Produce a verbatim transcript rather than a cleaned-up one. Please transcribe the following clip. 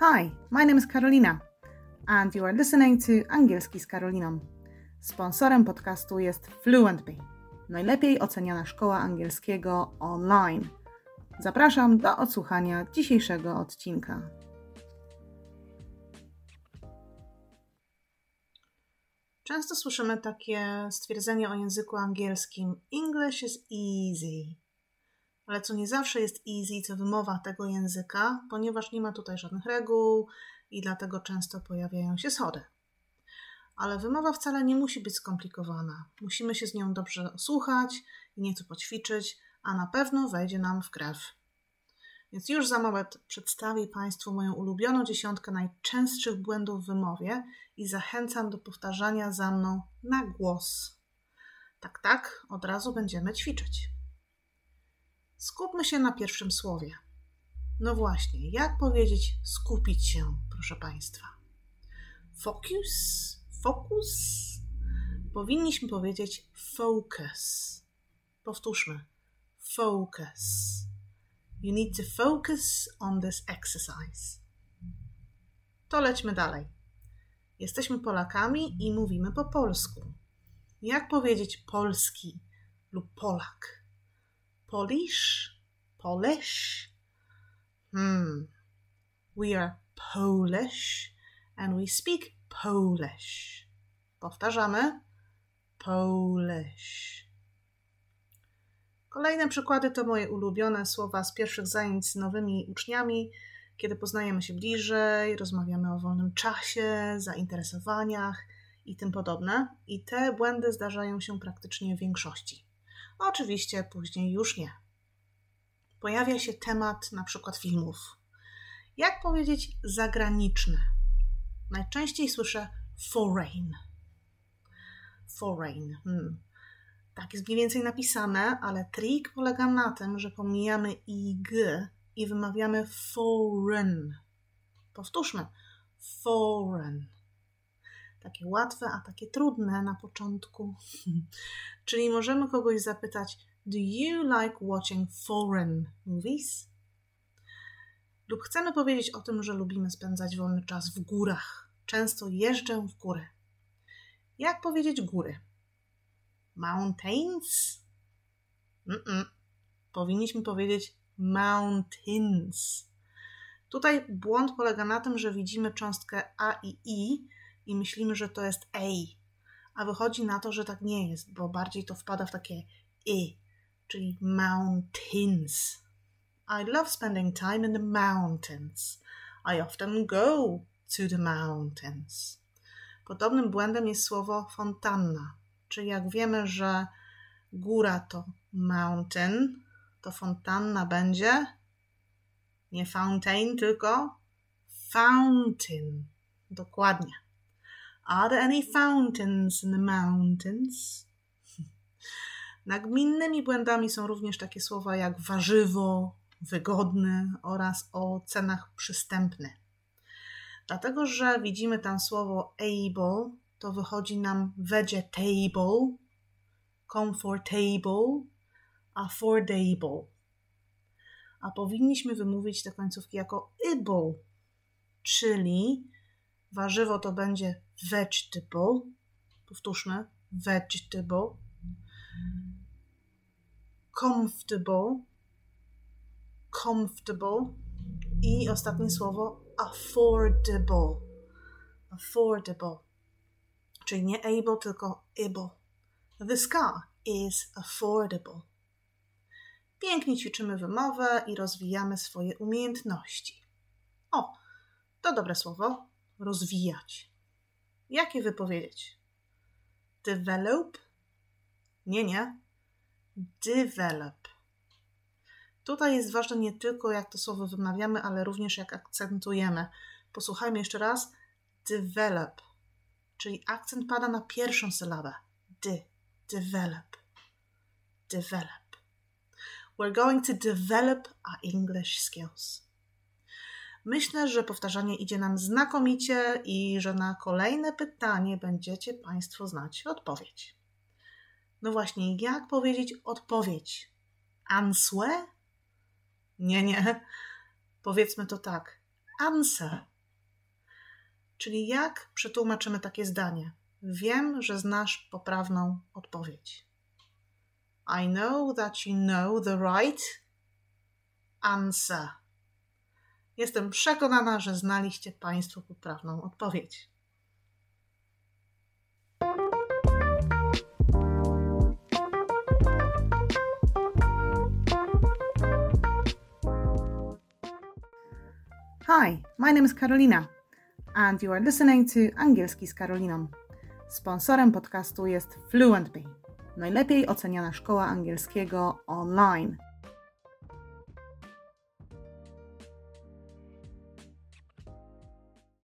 Hi, my name is Karolina and you are listening to Angielski z Karoliną. Sponsorem podcastu jest Fluentby, najlepiej oceniana szkoła angielskiego online. Zapraszam do odsłuchania dzisiejszego odcinka. Często słyszymy takie stwierdzenie o języku angielskim: English is easy. Ale co nie zawsze jest easy, to wymowa tego języka, ponieważ nie ma tutaj żadnych reguł i dlatego często pojawiają się schody. Ale wymowa wcale nie musi być skomplikowana. Musimy się z nią dobrze słuchać i nieco poćwiczyć, a na pewno wejdzie nam w krew. Więc już za moment przedstawię Państwu moją ulubioną dziesiątkę najczęstszych błędów w wymowie i zachęcam do powtarzania za mną na głos. Tak, tak, od razu będziemy ćwiczyć. Skupmy się na pierwszym słowie. No właśnie, jak powiedzieć skupić się, proszę Państwa? Focus, focus. Powinniśmy powiedzieć focus. Powtórzmy. Focus. You need to focus on this exercise. To lećmy dalej. Jesteśmy Polakami i mówimy po polsku. Jak powiedzieć polski lub Polak? Polish? Polish? Hmm. We are Polish and we speak Polish. Powtarzamy. Polish. Kolejne przykłady to moje ulubione słowa z pierwszych zajęć z nowymi uczniami, kiedy poznajemy się bliżej, rozmawiamy o wolnym czasie, zainteresowaniach i tym podobne. I te błędy zdarzają się praktycznie w większości. Oczywiście później już nie. Pojawia się temat na przykład filmów. Jak powiedzieć zagraniczne? Najczęściej słyszę foreign. Foreign. Hmm. Tak jest mniej więcej napisane, ale trik polega na tym, że pomijamy i g i wymawiamy foreign. Powtórzmy. Foreign. Takie łatwe, a takie trudne na początku. Czyli możemy kogoś zapytać: Do you like watching foreign movies? Lub chcemy powiedzieć o tym, że lubimy spędzać wolny czas w górach. Często jeżdżę w góry. Jak powiedzieć góry? Mountains? Mm-mm. Powinniśmy powiedzieć mountains. Tutaj błąd polega na tym, że widzimy cząstkę a i i i myślimy, że to jest a, a wychodzi na to, że tak nie jest, bo bardziej to wpada w takie i, czyli mountains. I love spending time in the mountains. I often go to the mountains. Podobnym błędem jest słowo fontanna. Czyli jak wiemy, że góra to mountain, to fontanna będzie nie fountain, tylko fountain. Dokładnie. Are there any fountains in the mountains? Nagminnymi błędami są również takie słowa jak warzywo, wygodny oraz o cenach przystępny. Dlatego, że widzimy tam słowo able, to wychodzi nam vegetable, comfortable, affordable. A powinniśmy wymówić te końcówki jako able, czyli warzywo to będzie vegetable. Powtórzmy. Vegetable. Comfortable. Comfortable. I ostatnie słowo affordable. Affordable. Czyli nie able, tylko able. This car is affordable. Pięknie ćwiczymy wymowę i rozwijamy swoje umiejętności. O, to dobre słowo. Rozwijać. Jak je wypowiedzieć? Develop? Nie, nie. Develop. Tutaj jest ważne nie tylko jak to słowo wymawiamy, ale również jak akcentujemy. Posłuchajmy jeszcze raz. Develop. Czyli akcent pada na pierwszą sylabę. De. Develop. Develop. We're going to develop our English skills. Myślę, że powtarzanie idzie nam znakomicie i że na kolejne pytanie będziecie Państwo znać odpowiedź. No właśnie, jak powiedzieć odpowiedź? Answer? Nie, nie. Powiedzmy to tak. Answer. Czyli jak przetłumaczymy takie zdanie? Wiem, że znasz poprawną odpowiedź. I know that you know the right answer. Jestem przekonana, że znaliście Państwo poprawną odpowiedź. Hi, my name is Karolina and you are listening to Angielski z Karoliną. Sponsorem podcastu jest Fluentbee, najlepiej oceniana szkoła angielskiego online.